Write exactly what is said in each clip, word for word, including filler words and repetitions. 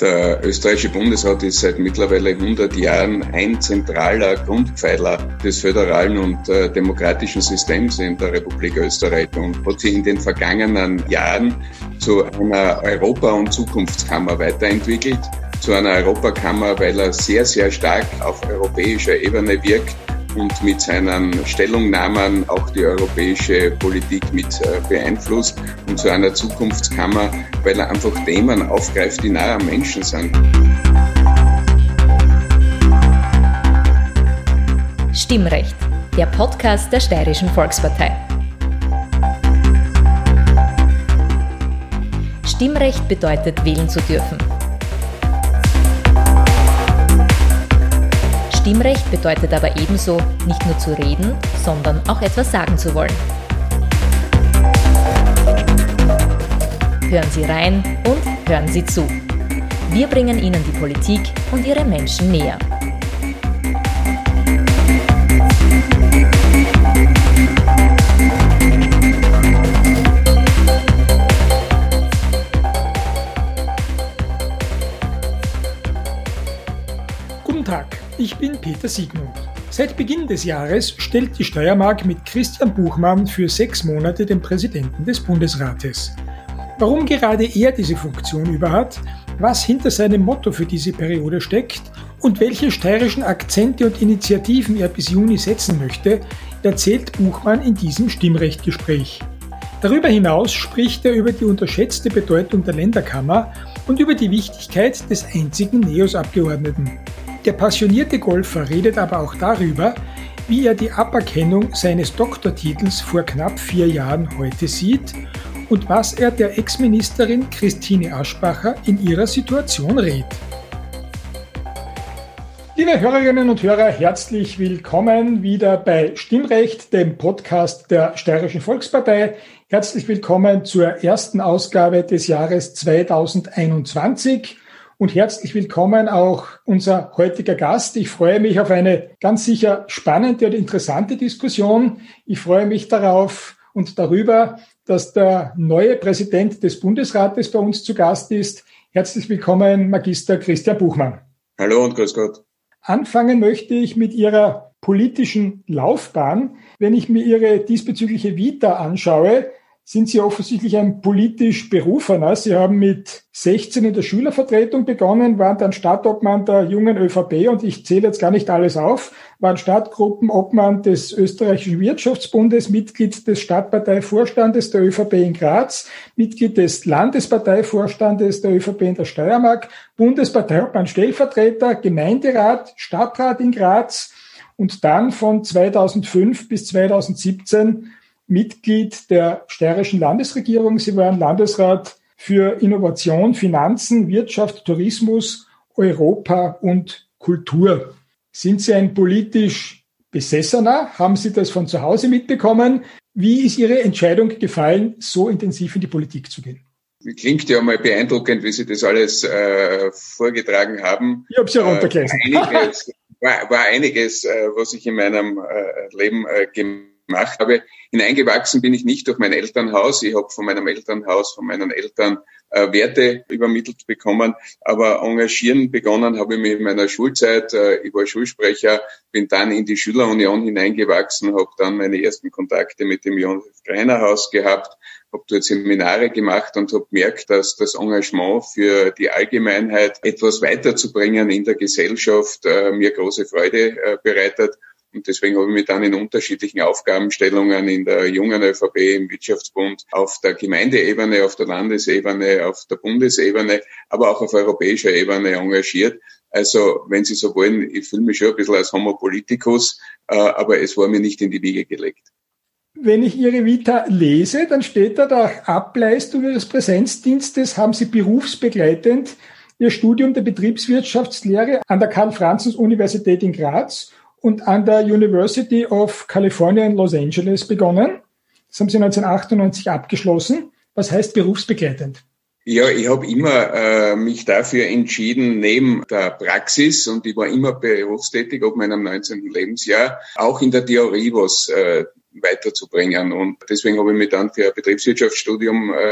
Der österreichische Bundesrat ist seit mittlerweile hundert Jahren ein zentraler Grundpfeiler des föderalen und äh, demokratischen Systems in der Republik Österreich und hat sich in den vergangenen Jahren zu einer Europa- und Zukunftskammer weiterentwickelt. Zu einer Europakammer, weil er sehr, sehr stark auf europäischer Ebene wirkt und mit seinen Stellungnahmen auch die europäische Politik mit beeinflusst, und zu einer Zukunftskammer, weil er einfach Themen aufgreift, die nah am Menschen sind. Stimmrecht, der Podcast der Steirischen Volkspartei. Stimmrecht bedeutet, wählen zu dürfen. Stimmrecht bedeutet aber ebenso, nicht nur zu reden, sondern auch etwas sagen zu wollen. Hören Sie rein und hören Sie zu. Wir bringen Ihnen die Politik und ihre Menschen näher. Guten Tag. Ich bin Peter Siegmund. Seit Beginn des Jahres stellt die Steiermark mit Christian Buchmann für sechs Monate den Präsidenten des Bundesrates. Warum gerade er diese Funktion überhat, was hinter seinem Motto für diese Periode steckt und welche steirischen Akzente und Initiativen er bis Juni setzen möchte, erzählt Buchmann in diesem Stimmrechtgespräch. Darüber hinaus spricht er über die unterschätzte Bedeutung der Länderkammer und über die Wichtigkeit des einzigen NEOS-Abgeordneten. Der passionierte Golfer redet aber auch darüber, wie er die Aberkennung seines Doktortitels vor knapp vier Jahren heute sieht und was er der Ex-Ministerin Christine Aschbacher in ihrer Situation rät. Liebe Hörerinnen und Hörer, herzlich willkommen wieder bei Stimmrecht, dem Podcast der Steirischen Volkspartei. Herzlich willkommen zur ersten Ausgabe des Jahres zweitausendeinundzwanzig. Und herzlich willkommen auch unser heutiger Gast. Ich freue mich auf eine ganz sicher spannende und interessante Diskussion. Ich freue mich darauf und darüber, dass der neue Präsident des Bundesrates bei uns zu Gast ist. Herzlich willkommen, Magister Christian Buchmann. Hallo und grüß Gott. Anfangen möchte ich mit Ihrer politischen Laufbahn. Wenn ich mir Ihre diesbezügliche Vita anschaue, sind Sie offensichtlich ein politisch Berufener. Sie haben mit sechzehn in der Schülervertretung begonnen, waren dann Stadtobmann der jungen ÖVP und ich zähle jetzt gar nicht alles auf, waren Stadtgruppenobmann des Österreichischen Wirtschaftsbundes, Mitglied des Stadtparteivorstandes der ÖVP in Graz, Mitglied des Landesparteivorstandes der ÖVP in der Steiermark, Bundesparteiobmann Stellvertreter, Gemeinderat, Stadtrat in Graz und dann von zweitausendfünf bis zweitausendsiebzehn Mitglied der steirischen Landesregierung. Sie waren Landesrat für Innovation, Finanzen, Wirtschaft, Tourismus, Europa und Kultur. Sind Sie ein politisch Besessener? Haben Sie das von zu Hause mitbekommen? Wie ist Ihre Entscheidung gefallen, so intensiv in die Politik zu gehen? Klingt ja mal beeindruckend, wie Sie das alles äh, vorgetragen haben. Ich habe es ja runtergelesen. Äh, war einiges, war, war einiges äh, was ich in meinem äh, Leben äh, gemacht gemacht habe. Hineingewachsen bin ich nicht durch mein Elternhaus. Ich habe von meinem Elternhaus, von meinen Eltern äh, Werte übermittelt bekommen. Aber engagieren begonnen habe ich mich in meiner Schulzeit. Äh, ich war Schulsprecher, bin dann in die Schülerunion hineingewachsen, habe dann meine ersten Kontakte mit dem Josef-Greiner-Haus gehabt, habe dort Seminare gemacht und habe gemerkt, dass das Engagement für die Allgemeinheit etwas weiterzubringen in der Gesellschaft äh, mir große Freude äh, bereitet. Und deswegen habe ich mich dann in unterschiedlichen Aufgabenstellungen in der jungen ÖVP, im Wirtschaftsbund, auf der Gemeindeebene, auf der Landesebene, auf der Bundesebene, aber auch auf europäischer Ebene engagiert. Also, wenn Sie so wollen, ich fühle mich schon ein bisschen als Homo politicus, aber es war mir nicht in die Wiege gelegt. Wenn ich Ihre Vita lese, dann steht da, nach Ableistung Ihres Präsenzdienstes haben Sie berufsbegleitend Ihr Studium der Betriebswirtschaftslehre an der Karl-Franzens-Universität in Graz und an der University of California in Los Angeles begonnen. Das haben Sie neunzehnhundertachtundneunzig abgeschlossen. Was heißt berufsbegleitend? Ja, ich habe immer äh, mich dafür entschieden, neben der Praxis, und ich war immer berufstätig ab meinem neunzehnten Lebensjahr, auch in der Theorie was äh, weiterzubringen. Und deswegen habe ich mich dann für ein Betriebswirtschaftsstudium äh,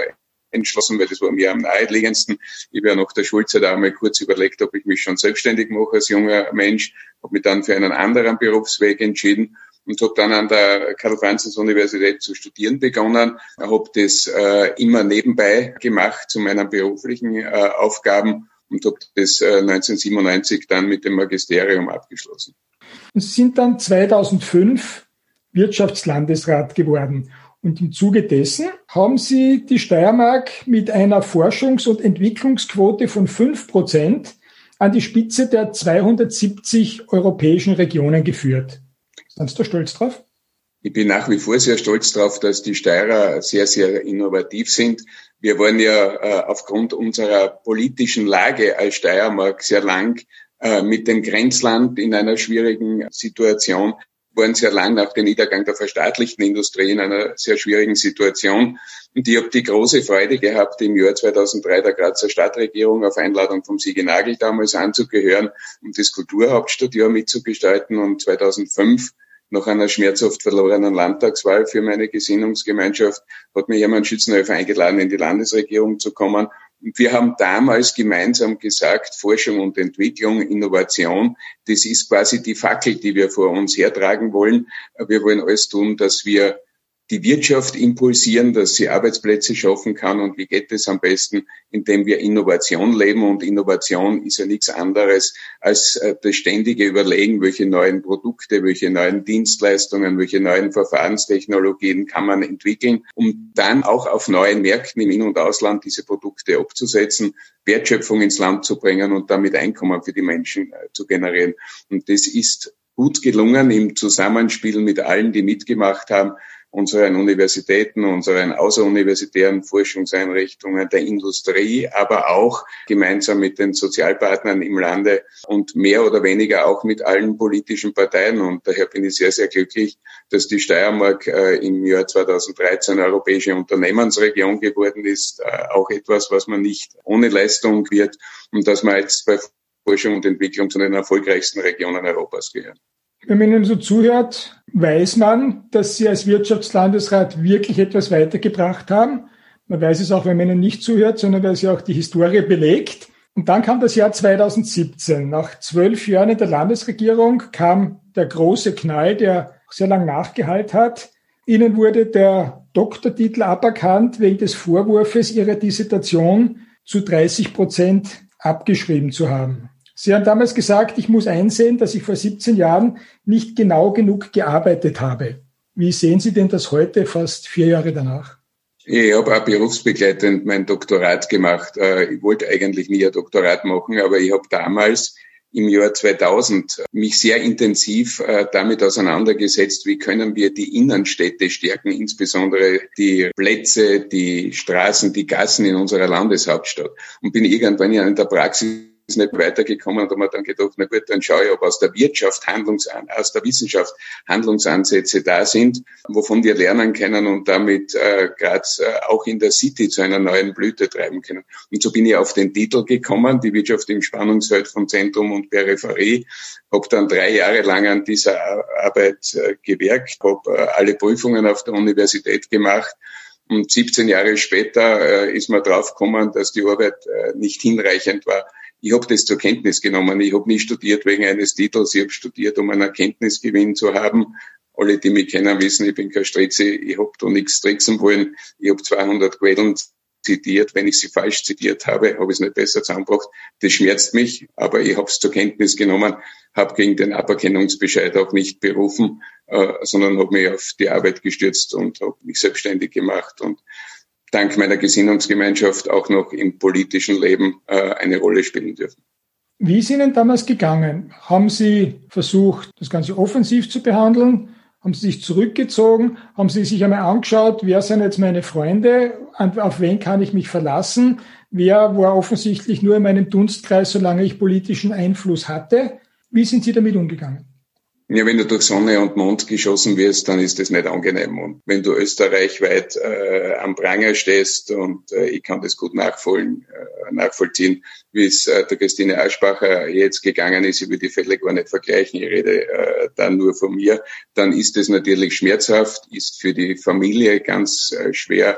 entschlossen, weil das war mir am naheliegendsten. Ich habe ja nach der Schulzeit auch mal kurz überlegt, ob ich mich schon selbstständig mache als junger Mensch, habe mich dann für einen anderen Berufsweg entschieden und habe dann an der Karl-Franzens-Universität zu studieren begonnen, habe das äh, immer nebenbei gemacht zu meinen beruflichen äh, Aufgaben und habe das äh, neunzehnhundertsiebenundneunzig dann mit dem Magisterium abgeschlossen. Sie sind dann zweitausendfünf Wirtschaftslandesrat geworden. Und im Zuge dessen haben Sie die Steiermark mit einer Forschungs- und Entwicklungsquote von fünf Prozent an die Spitze der zweihundertsiebzig europäischen Regionen geführt. Sind Sie da stolz drauf? Ich bin nach wie vor sehr stolz drauf, dass die Steirer sehr, sehr innovativ sind. Wir waren ja äh, aufgrund unserer politischen Lage als Steiermark sehr lang äh, mit dem Grenzland in einer schwierigen Situation, waren sehr lang nach dem Niedergang der verstaatlichten Industrie in einer sehr schwierigen Situation. Und ich habe die große Freude gehabt, im Jahr zweitausenddrei der Grazer Stadtregierung auf Einladung vom Sigi Nagel damals anzugehören und das Kulturhauptstadtjahr mitzugestalten. Und zweitausendfünf, nach einer schmerzhaft verlorenen Landtagswahl für meine Gesinnungsgemeinschaft, hat mich Hermann Schützenhöfer eingeladen, in die Landesregierung zu kommen. Und wir haben damals gemeinsam gesagt, Forschung und Entwicklung, Innovation, das ist quasi die Fackel, die wir vor uns hertragen wollen. Wir wollen alles tun, dass wir die Wirtschaft impulsieren, dass sie Arbeitsplätze schaffen kann. Und wie geht es am besten? Indem wir Innovation leben. Und Innovation ist ja nichts anderes als das ständige Überlegen, welche neuen Produkte, welche neuen Dienstleistungen, welche neuen Verfahrenstechnologien kann man entwickeln, um dann auch auf neuen Märkten im In- und Ausland diese Produkte abzusetzen, Wertschöpfung ins Land zu bringen und damit Einkommen für die Menschen zu generieren. Und das ist gut gelungen im Zusammenspiel mit allen, die mitgemacht haben, unseren Universitäten, unseren außeruniversitären Forschungseinrichtungen, der Industrie, aber auch gemeinsam mit den Sozialpartnern im Lande und mehr oder weniger auch mit allen politischen Parteien. Und daher bin ich sehr, sehr glücklich, dass die Steiermark äh, im Jahr zweitausenddreizehn europäische Unternehmensregion geworden ist. Äh, auch etwas, was man nicht ohne Leistung wird und dass man jetzt bei Forschung und Entwicklung zu den erfolgreichsten Regionen Europas gehört. Wenn man Ihnen so zuhört, weiß man, dass Sie als Wirtschaftslandesrat wirklich etwas weitergebracht haben. Man weiß es auch, wenn man Ihnen nicht zuhört, sondern weil Sie auch die Historie belegt. Und dann kam das Jahr zweitausendsiebzehn. Nach zwölf Jahren in der Landesregierung kam der große Knall, der sehr lang nachgehalten hat. Ihnen wurde der Doktortitel aberkannt wegen des Vorwurfs, Ihre Dissertation zu dreißig Prozent abgeschrieben zu haben. Sie haben damals gesagt, ich muss einsehen, dass ich vor siebzehn Jahren nicht genau genug gearbeitet habe. Wie sehen Sie denn das heute, fast vier Jahre danach? Ich habe auch berufsbegleitend mein Doktorat gemacht. Ich wollte eigentlich nie ein Doktorat machen, aber ich habe damals im Jahr zweitausend mich sehr intensiv damit auseinandergesetzt, wie können wir die Innenstädte stärken, insbesondere die Plätze, die Straßen, die Gassen in unserer Landeshauptstadt. Und bin irgendwann in der Praxis nicht weitergekommen und habe mir dann gedacht, na gut, dann schaue ich, ob aus der Wirtschaft Handlungsan aus der Wissenschaft Handlungsansätze da sind, wovon wir lernen können und damit äh, gerade äh, auch in der City zu einer neuen Blüte treiben können. Und so bin ich auf den Titel gekommen, die Wirtschaft im Spannungsfeld von Zentrum und Peripherie, habe dann drei Jahre lang an dieser Arbeit äh, gewerkt, habe äh, alle Prüfungen auf der Universität gemacht. Und siebzehn Jahre später äh, ist man draufgekommen, dass die Arbeit äh, nicht hinreichend war. Ich habe das zur Kenntnis genommen. Ich habe nicht studiert wegen eines Titels. Ich habe studiert, um einen Erkenntnisgewinn zu haben. Alle, die mich kennen, wissen, ich bin kein Stritzi. Ich habe da nichts tricksen wollen. Ich habe zweihundert Quellen zitiert. Wenn ich sie falsch zitiert habe, habe ich es nicht besser zusammengebracht. Das schmerzt mich, aber ich habe es zur Kenntnis genommen, habe gegen den Aberkennungsbescheid auch nicht berufen, äh, sondern habe mich auf die Arbeit gestürzt und habe mich selbstständig gemacht und dank meiner Gesinnungsgemeinschaft auch noch im politischen Leben äh, eine Rolle spielen dürfen. Wie ist Ihnen damals gegangen? Haben Sie versucht, das Ganze offensiv zu behandeln? Haben Sie sich zurückgezogen? Haben Sie sich einmal angeschaut, wer sind jetzt meine Freunde? Auf wen kann ich mich verlassen? Wer war offensichtlich nur in meinem Dunstkreis, solange ich politischen Einfluss hatte? Wie sind Sie damit umgegangen? Ja, wenn du durch Sonne und Mond geschossen wirst, dann ist das nicht angenehm. Und wenn du österreichweit äh, am Pranger stehst, und äh, ich kann das gut nachvoll, äh, nachvollziehen, wie es äh, der Christine Aschbacher jetzt gegangen ist, ich will die Fälle gar nicht vergleichen, ich rede äh, dann nur von mir, dann ist das natürlich schmerzhaft, ist für die Familie ganz äh, schwer.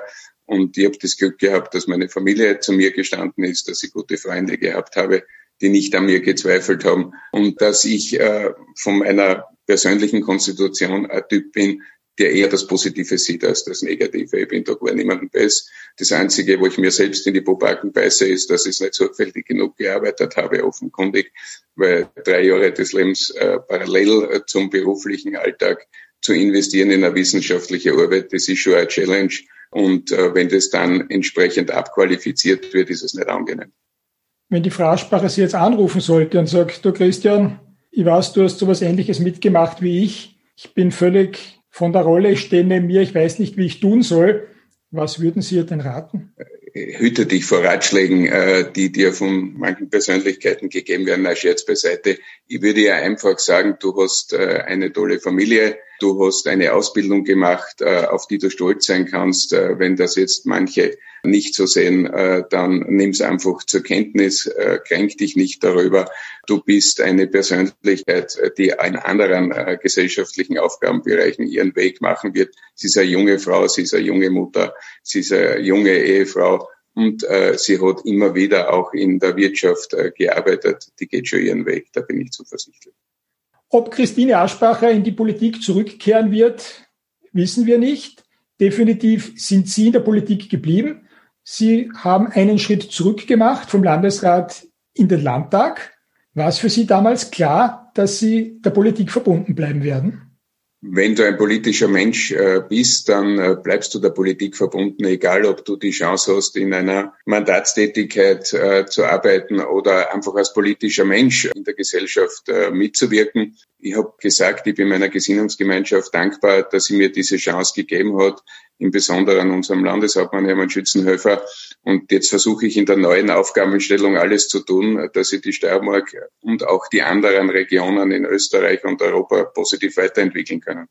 Und ich habe das Glück gehabt, dass meine Familie zu mir gestanden ist, dass ich gute Freunde gehabt habe, die nicht an mir gezweifelt haben und dass ich äh, von meiner persönlichen Konstitution ein Typ bin, der eher das Positive sieht als das Negative. Ich bin da gar niemandem bess. Das Einzige, wo ich mir selbst in die Pobacken beiße, ist, dass ich nicht sorgfältig genug gearbeitet habe, offenkundig, weil drei Jahre des Lebens äh, parallel äh, zum beruflichen Alltag zu investieren in eine wissenschaftliche Arbeit, das ist schon eine Challenge. Und äh, wenn das dann entsprechend abqualifiziert wird, ist es nicht angenehm. Wenn die Frau Aschbacher Sie jetzt anrufen sollte und sagt, du Christian, ich weiß, du hast sowas Ähnliches mitgemacht wie ich, ich bin völlig von der Rolle, ich stehe neben mir, ich weiß nicht, wie ich tun soll. Was würden Sie ihr denn raten? Hüte dich vor Ratschlägen, die dir von manchen Persönlichkeiten gegeben werden. Na, Scherz beiseite. Ich würde ja einfach sagen, du hast eine tolle Familie, du hast eine Ausbildung gemacht, auf die du stolz sein kannst. Wenn das jetzt manche nicht so sehen, dann nimm's einfach zur Kenntnis, kränk dich nicht darüber. Du bist eine Persönlichkeit, die in anderen gesellschaftlichen Aufgabenbereichen ihren Weg machen wird. Sie ist eine junge Frau, sie ist eine junge Mutter, sie ist eine junge Ehefrau und äh, sie hat immer wieder auch in der Wirtschaft äh, gearbeitet. Die geht schon ihren Weg, da bin ich zuversichtlich. Ob Christine Aschbacher in die Politik zurückkehren wird, wissen wir nicht. Definitiv sind Sie in der Politik geblieben. Sie haben einen Schritt zurück gemacht vom Landesrat in den Landtag. War es für Sie damals klar, dass Sie der Politik verbunden bleiben werden? Wenn du ein politischer Mensch äh, bist, dann äh, bleibst du der Politik verbunden, egal ob du die Chance hast, in einer Mandatstätigkeit äh, zu arbeiten oder einfach als politischer Mensch in der Gesellschaft äh, mitzuwirken. Ich habe gesagt, ich bin meiner Gesinnungsgemeinschaft dankbar, dass sie mir diese Chance gegeben hat, im Besonderen unserem Landeshauptmann Hermann Schützenhöfer. Und jetzt versuche ich in der neuen Aufgabenstellung alles zu tun, dass ich die Steiermark und auch die anderen Regionen in Österreich und Europa positiv weiterentwickeln können.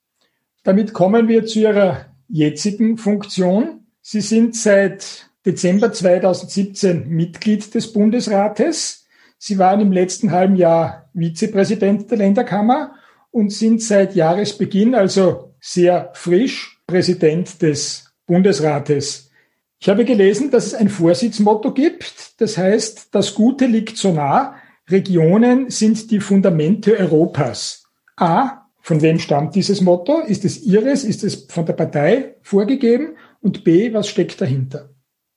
Damit kommen wir zu Ihrer jetzigen Funktion. Sie sind seit Dezember zweitausendsiebzehn Mitglied des Bundesrates. Sie waren im letzten halben Jahr Vizepräsident der Länderkammer und sind seit Jahresbeginn, also sehr frisch, Präsident des Bundesrates. Ich habe gelesen, dass es ein Vorsitzmotto gibt. Das heißt, das Gute liegt so nah. Regionen sind die Fundamente Europas. A, von wem stammt dieses Motto? Ist es Ihres? Ist es von der Partei vorgegeben? Und B, was steckt dahinter?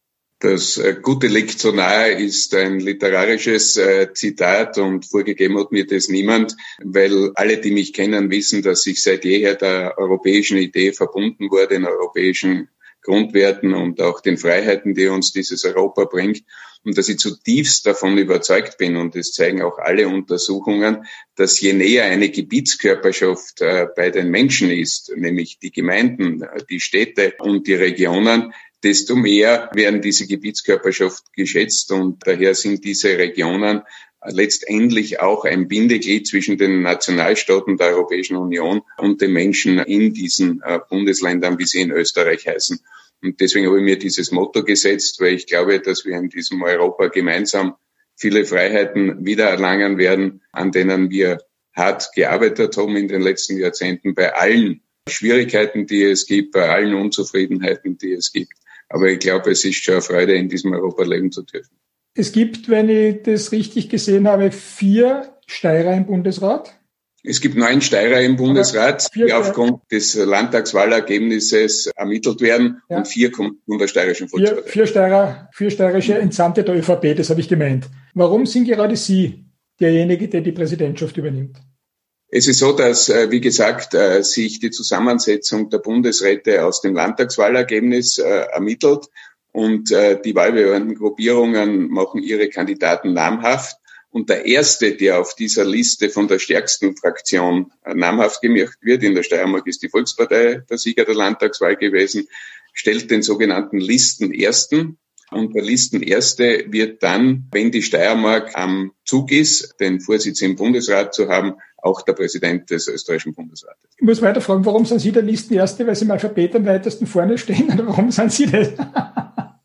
Das Gute liegt so nahe ist ein literarisches äh, Zitat und vorgegeben hat mir das niemand, weil alle, die mich kennen, wissen, dass ich seit jeher der europäischen Idee verbunden wurde, den europäischen Grundwerten und auch den Freiheiten, die uns dieses Europa bringt und dass ich zutiefst davon überzeugt bin und das zeigen auch alle Untersuchungen, dass je näher eine Gebietskörperschaft äh, bei den Menschen ist, nämlich die Gemeinden, die Städte und die Regionen, desto mehr werden diese Gebietskörperschaft geschätzt und daher sind diese Regionen letztendlich auch ein Bindeglied zwischen den Nationalstaaten der Europäischen Union und den Menschen in diesen Bundesländern, wie sie in Österreich heißen. Und deswegen habe ich mir dieses Motto gesetzt, weil ich glaube, dass wir in diesem Europa gemeinsam viele Freiheiten wiedererlangen werden, an denen wir hart gearbeitet haben in den letzten Jahrzehnten, bei allen Schwierigkeiten, die es gibt, bei allen Unzufriedenheiten, die es gibt. Aber ich glaube, es ist schon eine Freude, in diesem Europa leben zu dürfen. Es gibt, wenn ich das richtig gesehen habe, vier Steirer im Bundesrat. Es gibt neun Steirer im Bundesrat, die aufgrund des Landtagswahlergebnisses ermittelt werden ja. Und vier kommen von der Steirischen Volkspartei. Vier, vier Steirer, vier steirische Entsandte der ÖVP, das habe ich gemeint. Warum sind gerade Sie derjenige, der die Präsidentschaft übernimmt? Es ist so, dass, wie gesagt, sich die Zusammensetzung der Bundesräte aus dem Landtagswahlergebnis ermittelt und die Wahlbehördengruppierungen machen ihre Kandidaten namhaft. Und der Erste, der auf dieser Liste von der stärksten Fraktion namhaft gemacht wird, in der Steiermark ist die Volkspartei der Sieger der Landtagswahl gewesen, stellt den sogenannten Listenersten. Und der Listenerste wird dann, wenn die Steiermark am Zug ist, den Vorsitz im Bundesrat zu haben, auch der Präsident des österreichischen Bundesrates. Ich muss weiter fragen, warum sind Sie der Listenerste, weil Sie im Alphabet am weitesten vorne stehen? Oder warum sind Sie das?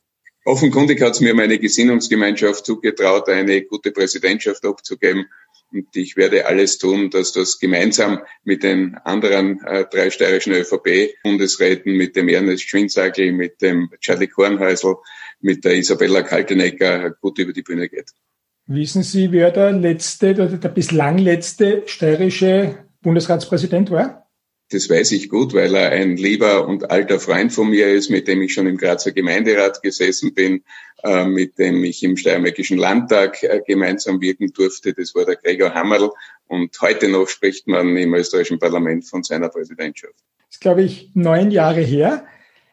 Offenkundig hat es mir meine Gesinnungsgemeinschaft zugetraut, eine gute Präsidentschaft abzugeben. Und ich werde alles tun, dass das gemeinsam mit den anderen äh, drei steirischen ÖVP-Bundesräten, mit dem Ernest Schwindsagel, mit dem Charlie Kornhäusl, mit der Isabella Kaltenecker gut über die Bühne geht. Wissen Sie, wer der letzte oder der bislang letzte steirische Bundesratspräsident war? Das weiß ich gut, weil er ein lieber und alter Freund von mir ist, mit dem ich schon im Grazer Gemeinderat gesessen bin, äh, mit dem ich im Steiermärkischen Landtag äh, gemeinsam wirken durfte. Das war der Gregor Hammerl. Und heute noch spricht man im österreichischen Parlament von seiner Präsidentschaft. Das ist, glaube ich, neun Jahre her.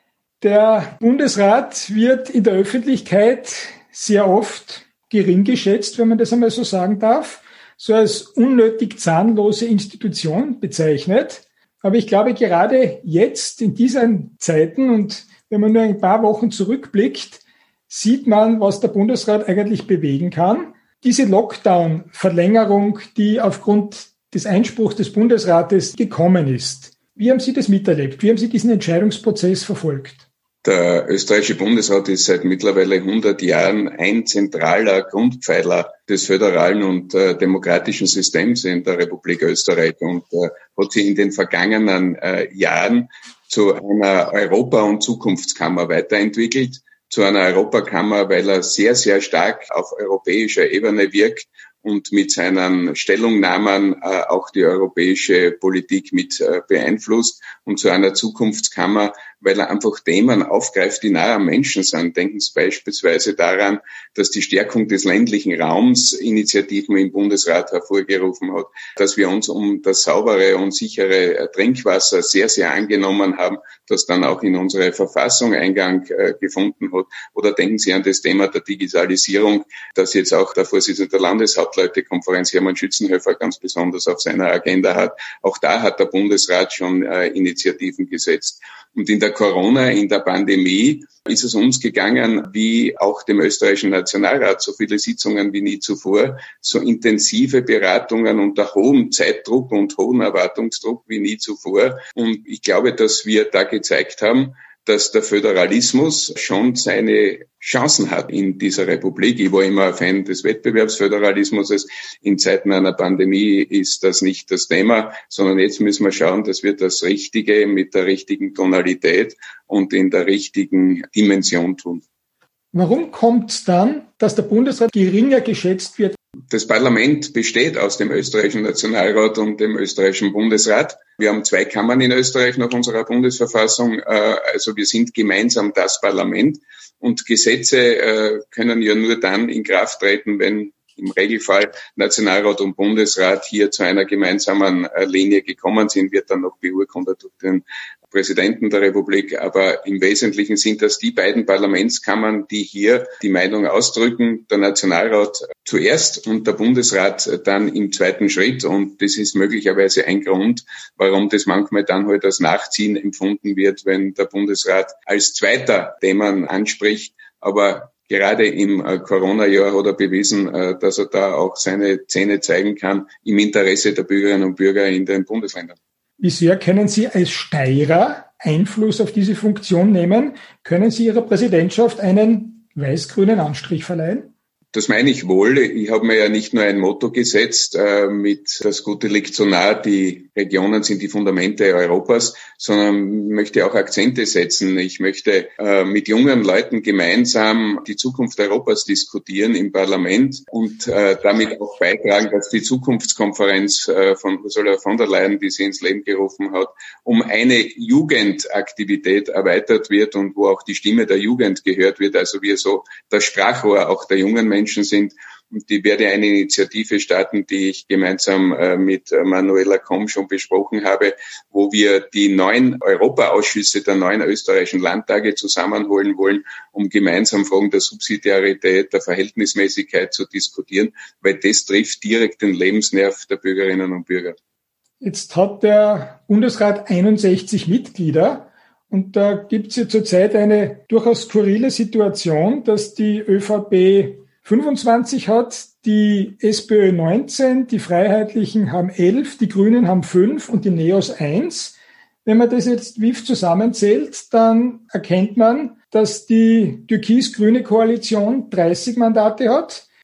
Der Bundesrat wird in der Öffentlichkeit sehr oft gering geschätzt, wenn man das einmal so sagen darf, so als unnötig zahnlose Institution bezeichnet. Aber ich glaube, gerade jetzt in diesen Zeiten und wenn man nur ein paar Wochen zurückblickt, sieht man, was der Bundesrat eigentlich bewegen kann. Diese Lockdown-Verlängerung, die aufgrund des Einspruchs des Bundesrates gekommen ist. Wie haben Sie das miterlebt? Wie haben Sie diesen Entscheidungsprozess verfolgt? Der österreichische Bundesrat ist seit mittlerweile hundert Jahren ein zentraler Grundpfeiler des föderalen und äh, demokratischen Systems in der Republik Österreich und äh, hat sich in den vergangenen äh, Jahren zu einer Europa- und Zukunftskammer weiterentwickelt, zu einer Europakammer, weil er sehr, sehr stark auf europäischer Ebene wirkt und mit seinen Stellungnahmen äh, auch die europäische Politik mit äh, beeinflusst, und zu einer Zukunftskammer, weil er einfach Themen aufgreift, die nahe am Menschen sind. Denken Sie beispielsweise daran, dass die Stärkung des ländlichen Raums Initiativen im Bundesrat hervorgerufen hat, dass wir uns um das saubere und sichere Trinkwasser sehr, sehr angenommen haben, das dann auch in unsere Verfassung Eingang äh, gefunden hat. Oder denken Sie an das Thema der Digitalisierung, das jetzt auch der Vorsitzende der Landeshauptleutekonferenz, Hermann Schützenhöfer, ganz besonders auf seiner Agenda hat. Auch da hat der Bundesrat schon äh, Initiativen gesetzt. Und in der Corona, in der Pandemie ist es uns gegangen, wie auch dem österreichischen Nationalrat, so viele Sitzungen wie nie zuvor, so intensive Beratungen unter hohem Zeitdruck und hohem Erwartungsdruck wie nie zuvor. Und ich glaube, dass wir da gezeigt haben, dass der Föderalismus schon seine Chancen hat in dieser Republik. Ich war immer ein Fan des Wettbewerbsföderalismus. In Zeiten einer Pandemie ist das nicht das Thema, sondern jetzt müssen wir schauen, dass wir das Richtige mit der richtigen Tonalität und in der richtigen Dimension tun. Warum kommt es dann, dass der Bundesrat geringer geschätzt wird? Das Parlament besteht aus dem österreichischen Nationalrat und dem österreichischen Bundesrat. Wir haben zwei Kammern in Österreich nach unserer Bundesverfassung. Also wir sind gemeinsam das Parlament. Und Gesetze können ja nur dann in Kraft treten, wenn im Regelfall Nationalrat und Bundesrat hier zu einer gemeinsamen Linie gekommen sind, wird dann noch beurkundet durch den Präsidenten der Republik. Aber im Wesentlichen sind das die beiden Parlamentskammern, die hier die Meinung ausdrücken. Der Nationalrat zuerst und der Bundesrat dann im zweiten Schritt. Und das ist möglicherweise ein Grund, warum das manchmal dann halt als Nachziehen empfunden wird, wenn der Bundesrat als zweiter Themen anspricht. Aber gerade im Corona-Jahr hat er bewiesen, dass er da auch seine Zähne zeigen kann im Interesse der Bürgerinnen und Bürger in den Bundesländern. Wie sehr können Sie als Steirer Einfluss auf diese Funktion nehmen? Können Sie Ihrer Präsidentschaft einen weiß-grünen Anstrich verleihen? Das meine ich wohl. Ich habe mir ja nicht nur ein Motto gesetzt, äh, mit das Gute liegt so nah, die Regionen sind die Fundamente Europas, sondern möchte auch Akzente setzen. Ich möchte äh, mit jungen Leuten gemeinsam die Zukunft Europas diskutieren im Parlament und äh, damit auch beitragen, dass die Zukunftskonferenz äh, von Ursula von der Leyen, die sie ins Leben gerufen hat, um eine Jugendaktivität erweitert wird und wo auch die Stimme der Jugend gehört wird, also wir so das Sprachrohr auch der jungen Menschen Menschen sind. Und ich werde eine Initiative starten, die ich gemeinsam äh, mit Manuela Komm schon besprochen habe, wo wir die neuen Europaausschüsse der neuen österreichischen Landtage zusammenholen wollen, um gemeinsam Fragen der Subsidiarität, der Verhältnismäßigkeit zu diskutieren, weil das trifft direkt den Lebensnerv der Bürgerinnen und Bürger. Jetzt hat der Bundesrat einundsechzig Mitglieder. Und da gibt es ja zurzeit eine durchaus skurrile Situation, dass die ÖVP fünfundzwanzig hat, die SPÖ neunzehn, die Freiheitlichen haben elf, die Grünen haben fünf und die Neos eins. Wenn man das jetzt W I F zusammenzählt, dann erkennt man, dass die türkis-grüne Koalition dreißig Mandate hat,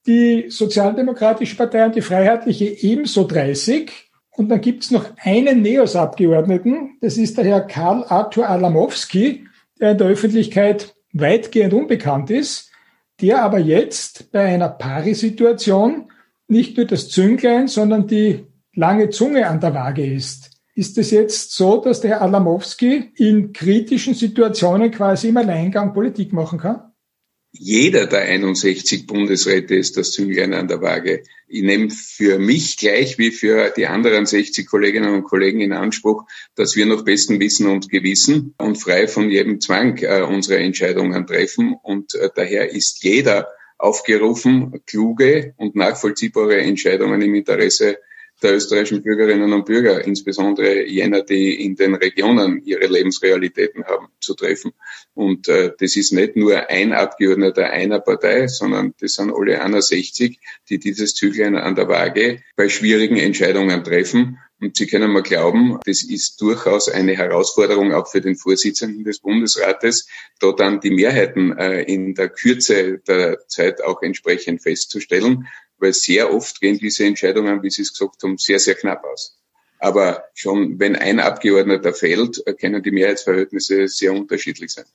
die Sozialdemokratische Partei und die Freiheitliche ebenso dreißig. Und dann gibt's noch einen NEOS-Abgeordneten, das ist der Herr Karl Artur Adamowski, der in der Öffentlichkeit weitgehend unbekannt ist, der aber jetzt bei einer Pari-Situation nicht nur das Zünglein, sondern die lange Zunge an der Waage ist. Ist es jetzt so, dass der Herr Adamowski in kritischen Situationen quasi im Alleingang Politik machen kann? Jeder der einundsechzig Bundesräte ist das Zünglein an der Waage. Ich nehme für mich gleich wie für die anderen sechzig Kolleginnen und Kollegen in Anspruch, dass wir nach bestem Wissen und Gewissen und frei von jedem Zwang äh, unsere Entscheidungen treffen. Und äh, daher ist jeder aufgerufen, kluge und nachvollziehbare Entscheidungen im Interesse der österreichischen Bürgerinnen und Bürger, insbesondere jener, die in den Regionen ihre Lebensrealitäten haben, zu treffen. Und äh, das ist nicht nur ein Abgeordneter einer Partei, sondern das sind alle einundsechzig, die dieses Züglein an der Waage bei schwierigen Entscheidungen treffen. Und Sie können mal glauben, das ist durchaus eine Herausforderung auch für den Vorsitzenden des Bundesrates, da dann die Mehrheiten äh, in der Kürze der Zeit auch entsprechend festzustellen, weil sehr oft gehen diese Entscheidungen, wie Sie es gesagt haben, sehr, sehr knapp aus. Aber schon wenn ein Abgeordneter fällt, können die Mehrheitsverhältnisse sehr unterschiedlich sein.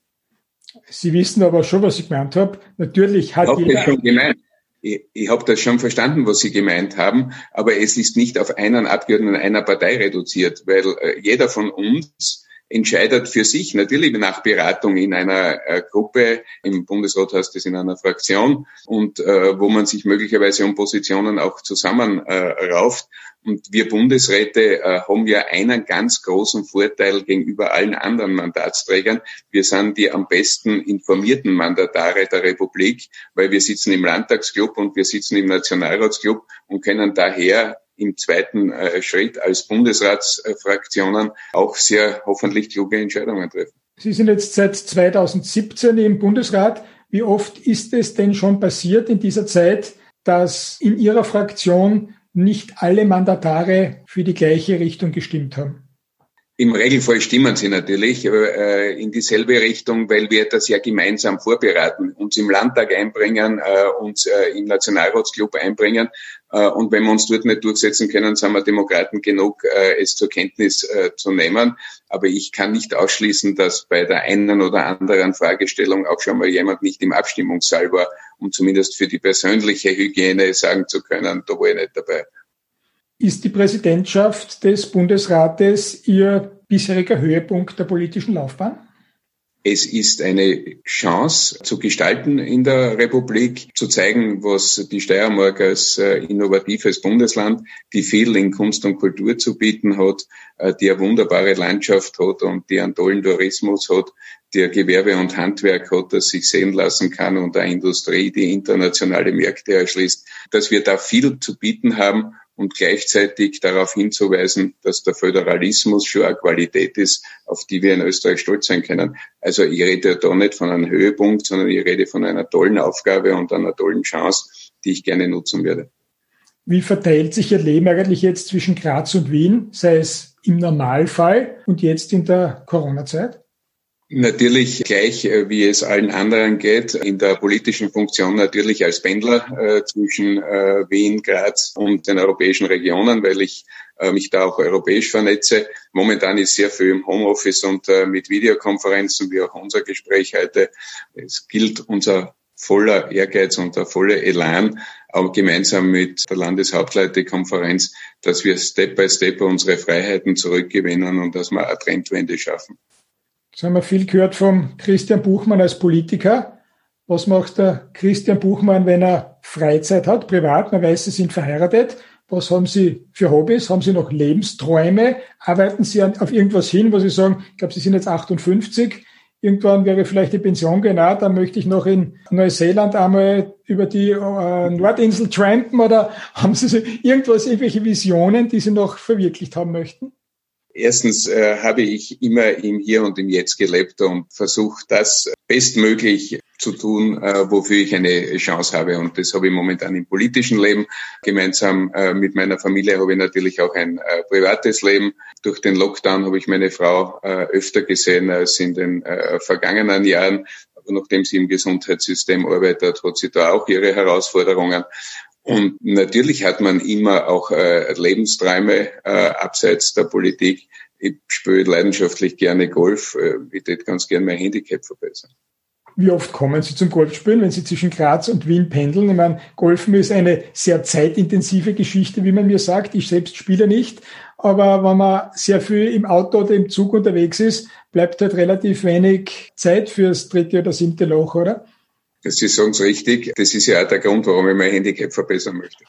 Sie wissen aber schon, was ich gemeint habe. Natürlich hat ich jeder... Das schon gemeint. Ich, ich habe das schon verstanden, was Sie gemeint haben, aber es ist nicht auf einen Abgeordneten einer Partei reduziert, weil äh, jeder von uns entscheidet für sich, natürlich nach Beratung in einer äh, Gruppe, im Bundesrat heißt es in einer Fraktion, und äh, wo man sich möglicherweise um Positionen auch zusammenrauft. Äh, und wir Bundesräte äh, haben ja einen ganz großen Vorteil gegenüber allen anderen Mandatsträgern. Wir sind die am besten informierten Mandatare der Republik, weil wir sitzen im Landtagsclub und wir sitzen im Nationalratsclub und können daher im zweiten äh, Schritt als Bundesratsfraktionen auch sehr hoffentlich kluge Entscheidungen treffen. Sie sind jetzt seit zweitausendsiebzehn im Bundesrat. Wie oft ist es denn schon passiert in dieser Zeit, dass in Ihrer Fraktion nicht alle Mandatare für die gleiche Richtung gestimmt haben? Im Regelfall stimmen sie natürlich äh, in dieselbe Richtung, weil wir das ja gemeinsam vorberaten, uns im Landtag einbringen, äh, uns äh, im Nationalratsclub einbringen. Äh, und wenn wir uns dort nicht durchsetzen können, sind wir Demokraten genug, äh, es zur Kenntnis äh, zu nehmen. Aber ich kann nicht ausschließen, dass bei der einen oder anderen Fragestellung auch schon mal jemand nicht im Abstimmungssaal war, um zumindest für die persönliche Hygiene sagen zu können, da war ich nicht dabei. Ist die Präsidentschaft des Bundesrates Ihr bisheriger Höhepunkt der politischen Laufbahn? Es ist eine Chance zu gestalten in der Republik, zu zeigen, was die Steiermark als äh, innovatives Bundesland, die viel in Kunst und Kultur zu bieten hat, äh, die eine wunderbare Landschaft hat und die einen tollen Tourismus hat, die ein Gewerbe und Handwerk hat, das sich sehen lassen kann, und eine Industrie, die internationale Märkte erschließt, dass wir da viel zu bieten haben. Und gleichzeitig darauf hinzuweisen, dass der Föderalismus schon eine Qualität ist, auf die wir in Österreich stolz sein können. Also ich rede da nicht von einem Höhepunkt, sondern ich rede von einer tollen Aufgabe und einer tollen Chance, die ich gerne nutzen werde. Wie verteilt sich Ihr Leben eigentlich jetzt zwischen Graz und Wien, sei es im Normalfall und jetzt in der Corona-Zeit? Natürlich gleich, wie es allen anderen geht, in der politischen Funktion natürlich als Pendler äh, zwischen äh, Wien, Graz und den europäischen Regionen, weil ich äh, mich da auch europäisch vernetze. Momentan ist sehr viel im Homeoffice und äh, mit Videokonferenzen, wie auch unser Gespräch heute. Es gilt unser voller Ehrgeiz und der volle Elan, auch gemeinsam mit der Landeshauptleitekonferenz, dass wir Step by Step unsere Freiheiten zurückgewinnen und dass wir eine Trendwende schaffen. Jetzt haben wir viel gehört vom Christian Buchmann als Politiker. Was macht der Christian Buchmann, wenn er Freizeit hat, privat? Man weiß, Sie sind verheiratet. Was haben Sie für Hobbys? Haben Sie noch Lebensträume? Arbeiten Sie auf irgendwas hin, wo Sie sagen, ich glaube, Sie sind jetzt achtundfünfzig. Irgendwann wäre vielleicht die Pension genau, dann möchte ich noch in Neuseeland einmal über die äh, Nordinsel trampen, oder haben Sie so irgendwas, irgendwelche Visionen, die Sie noch verwirklicht haben möchten? Erstens äh, habe ich immer im Hier und im Jetzt gelebt und versucht, das bestmöglich zu tun, äh, wofür ich eine Chance habe. Und das habe ich momentan im politischen Leben. Gemeinsam äh, mit meiner Familie habe ich natürlich auch ein äh, privates Leben. Durch den Lockdown habe ich meine Frau äh, öfter gesehen als in den äh, vergangenen Jahren. nachdem sie im Gesundheitssystem arbeitet, hat sie da auch ihre Herausforderungen. Und natürlich hat man immer auch äh, Lebensträume äh, abseits der Politik. Ich spiele leidenschaftlich gerne Golf. Ich würde ganz gerne mein Handicap verbessern. Wie oft kommen Sie zum Golfspielen, wenn Sie zwischen Graz und Wien pendeln? Ich meine, Golfen ist eine sehr zeitintensive Geschichte, wie man mir sagt. Ich selbst spiele nicht. Aber wenn man sehr viel im Auto oder im Zug unterwegs ist, bleibt halt relativ wenig Zeit fürs dritte oder siebte Loch, oder? Sie sagen es richtig. Das ist ja auch der Grund, warum ich mein Handicap verbessern möchte.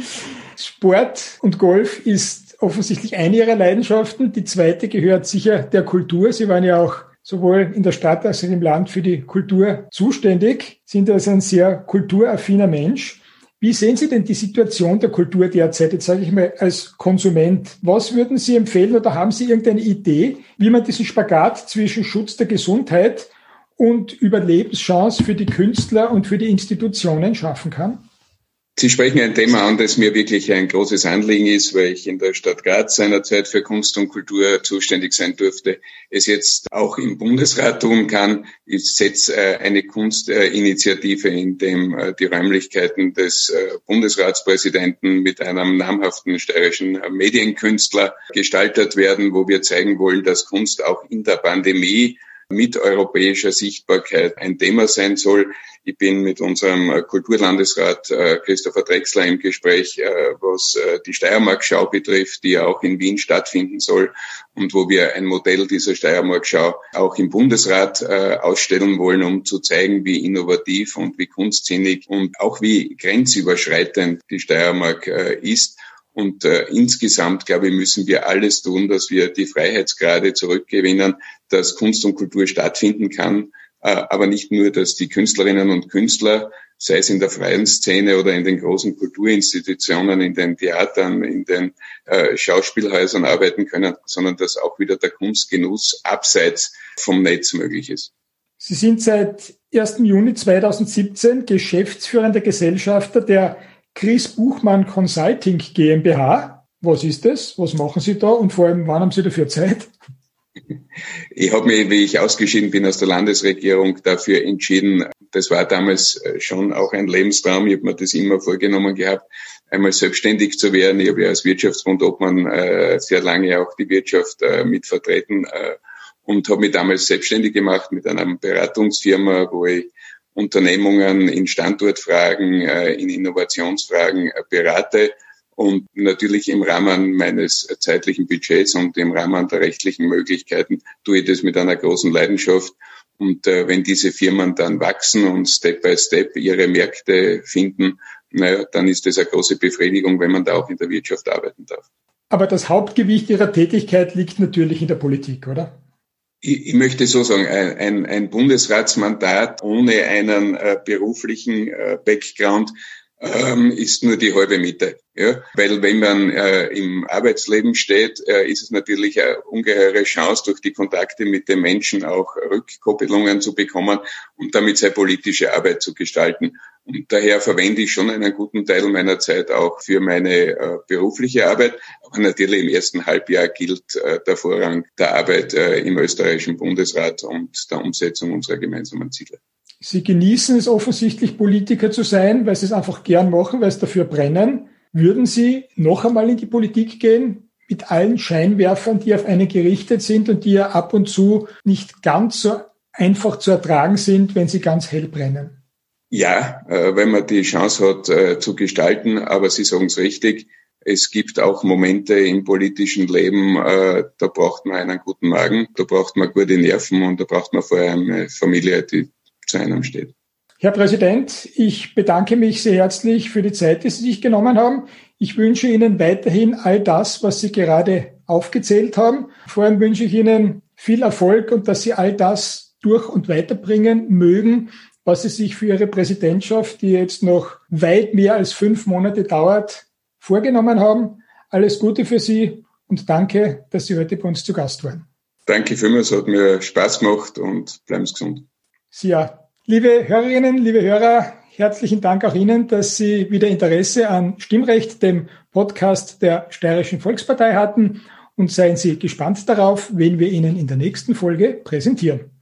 Sport und Golf ist offensichtlich eine Ihrer Leidenschaften. Die zweite gehört sicher der Kultur. Sie waren ja auch sowohl in der Stadt als auch im Land für die Kultur zuständig, sind also ein sehr kulturaffiner Mensch. Wie sehen Sie denn die Situation der Kultur derzeit, jetzt sage ich mal als Konsument? Was würden Sie empfehlen oder haben Sie irgendeine Idee, wie man diesen Spagat zwischen Schutz der Gesundheit und Überlebenschance für die Künstler und für die Institutionen schaffen kann? Sie sprechen ein Thema an, das mir wirklich ein großes Anliegen ist, weil ich in der Stadt Graz seinerzeit für Kunst und Kultur zuständig sein durfte, es jetzt auch im Bundesrat tun kann. Ich setze eine Kunstinitiative, in dem die Räumlichkeiten des Bundesratspräsidenten mit einem namhaften steirischen Medienkünstler gestaltet werden, wo wir zeigen wollen, dass Kunst auch in der Pandemie mit europäischer Sichtbarkeit ein Thema sein soll. Ich bin mit unserem Kulturlandesrat äh, Christopher Drechsler im Gespräch, äh, was äh, die Steiermark-Schau betrifft, die ja auch in Wien stattfinden soll und wo wir ein Modell dieser Steiermark-Schau auch im Bundesrat äh, ausstellen wollen, um zu zeigen, wie innovativ und wie kunstsinnig und auch wie grenzüberschreitend die Steiermark äh, ist. Und äh, insgesamt, glaube ich, müssen wir alles tun, dass wir die Freiheitsgrade zurückgewinnen, dass Kunst und Kultur stattfinden kann, äh, aber nicht nur, dass die Künstlerinnen und Künstler, sei es in der freien Szene oder in den großen Kulturinstitutionen, in den Theatern, in den äh, Schauspielhäusern arbeiten können, sondern dass auch wieder der Kunstgenuss abseits vom Netz möglich ist. Sie sind seit ersten Juni zweitausendsiebzehn geschäftsführender Gesellschafter der Chris Buchmann Consulting GmbH. Was ist das? Was machen Sie da? Und vor allem, wann haben Sie dafür Zeit? Ich habe mich, wie ich ausgeschieden bin aus der Landesregierung, dafür entschieden. Das war damals schon auch ein Lebenstraum. Ich habe mir das immer vorgenommen gehabt, einmal selbstständig zu werden. Ich habe ja als Wirtschaftsbundobmann äh, sehr lange auch die Wirtschaft äh, mit vertreten äh, und habe mich damals selbstständig gemacht mit einer Beratungsfirma, wo ich Unternehmungen in Standortfragen, in Innovationsfragen berate und natürlich im Rahmen meines zeitlichen Budgets und im Rahmen der rechtlichen Möglichkeiten tue ich das mit einer großen Leidenschaft. Und wenn diese Firmen dann wachsen und Step by Step ihre Märkte finden, naja, dann ist das eine große Befriedigung, wenn man da auch in der Wirtschaft arbeiten darf. Aber das Hauptgewicht Ihrer Tätigkeit liegt natürlich in der Politik, oder? Ich, ich möchte so sagen, ein, ein, ein Bundesratsmandat ohne einen äh, beruflichen äh, Background ähm, ist nur die halbe Miete. Ja? Weil wenn man äh, im Arbeitsleben steht, äh, ist es natürlich eine ungeheure Chance, durch die Kontakte mit den Menschen auch Rückkoppelungen zu bekommen und damit seine politische Arbeit zu gestalten. Und daher verwende ich schon einen guten Teil meiner Zeit auch für meine äh, berufliche Arbeit. Aber natürlich im ersten Halbjahr gilt äh, der Vorrang der Arbeit äh, im österreichischen Bundesrat und der Umsetzung unserer gemeinsamen Ziele. Sie genießen es offensichtlich, Politiker zu sein, weil Sie es einfach gern machen, weil Sie dafür brennen. Würden Sie noch einmal in die Politik gehen mit allen Scheinwerfern, die auf einen gerichtet sind und die ja ab und zu nicht ganz so einfach zu ertragen sind, wenn sie ganz hell brennen? Ja, äh, wenn man die Chance hat äh, zu gestalten, aber Sie sagen es richtig, es gibt auch Momente im politischen Leben, äh, da braucht man einen guten Magen, da braucht man gute Nerven und da braucht man vor allem eine Familie, die zu einem steht. Herr Präsident, ich bedanke mich sehr herzlich für die Zeit, die Sie sich genommen haben. Ich wünsche Ihnen weiterhin all das, was Sie gerade aufgezählt haben. Vor allem wünsche ich Ihnen viel Erfolg und dass Sie all das durch und weiterbringen mögen, was Sie sich für Ihre Präsidentschaft, die jetzt noch weit mehr als fünf Monate dauert, vorgenommen haben. Alles Gute für Sie und danke, dass Sie heute bei uns zu Gast waren. Danke vielmals, hat mir Spaß gemacht und bleiben Sie gesund. Sie ja. Liebe Hörerinnen, liebe Hörer, herzlichen Dank auch Ihnen, dass Sie wieder Interesse an Stimmrecht, dem Podcast der Steirischen Volkspartei hatten und seien Sie gespannt darauf, wen wir Ihnen in der nächsten Folge präsentieren.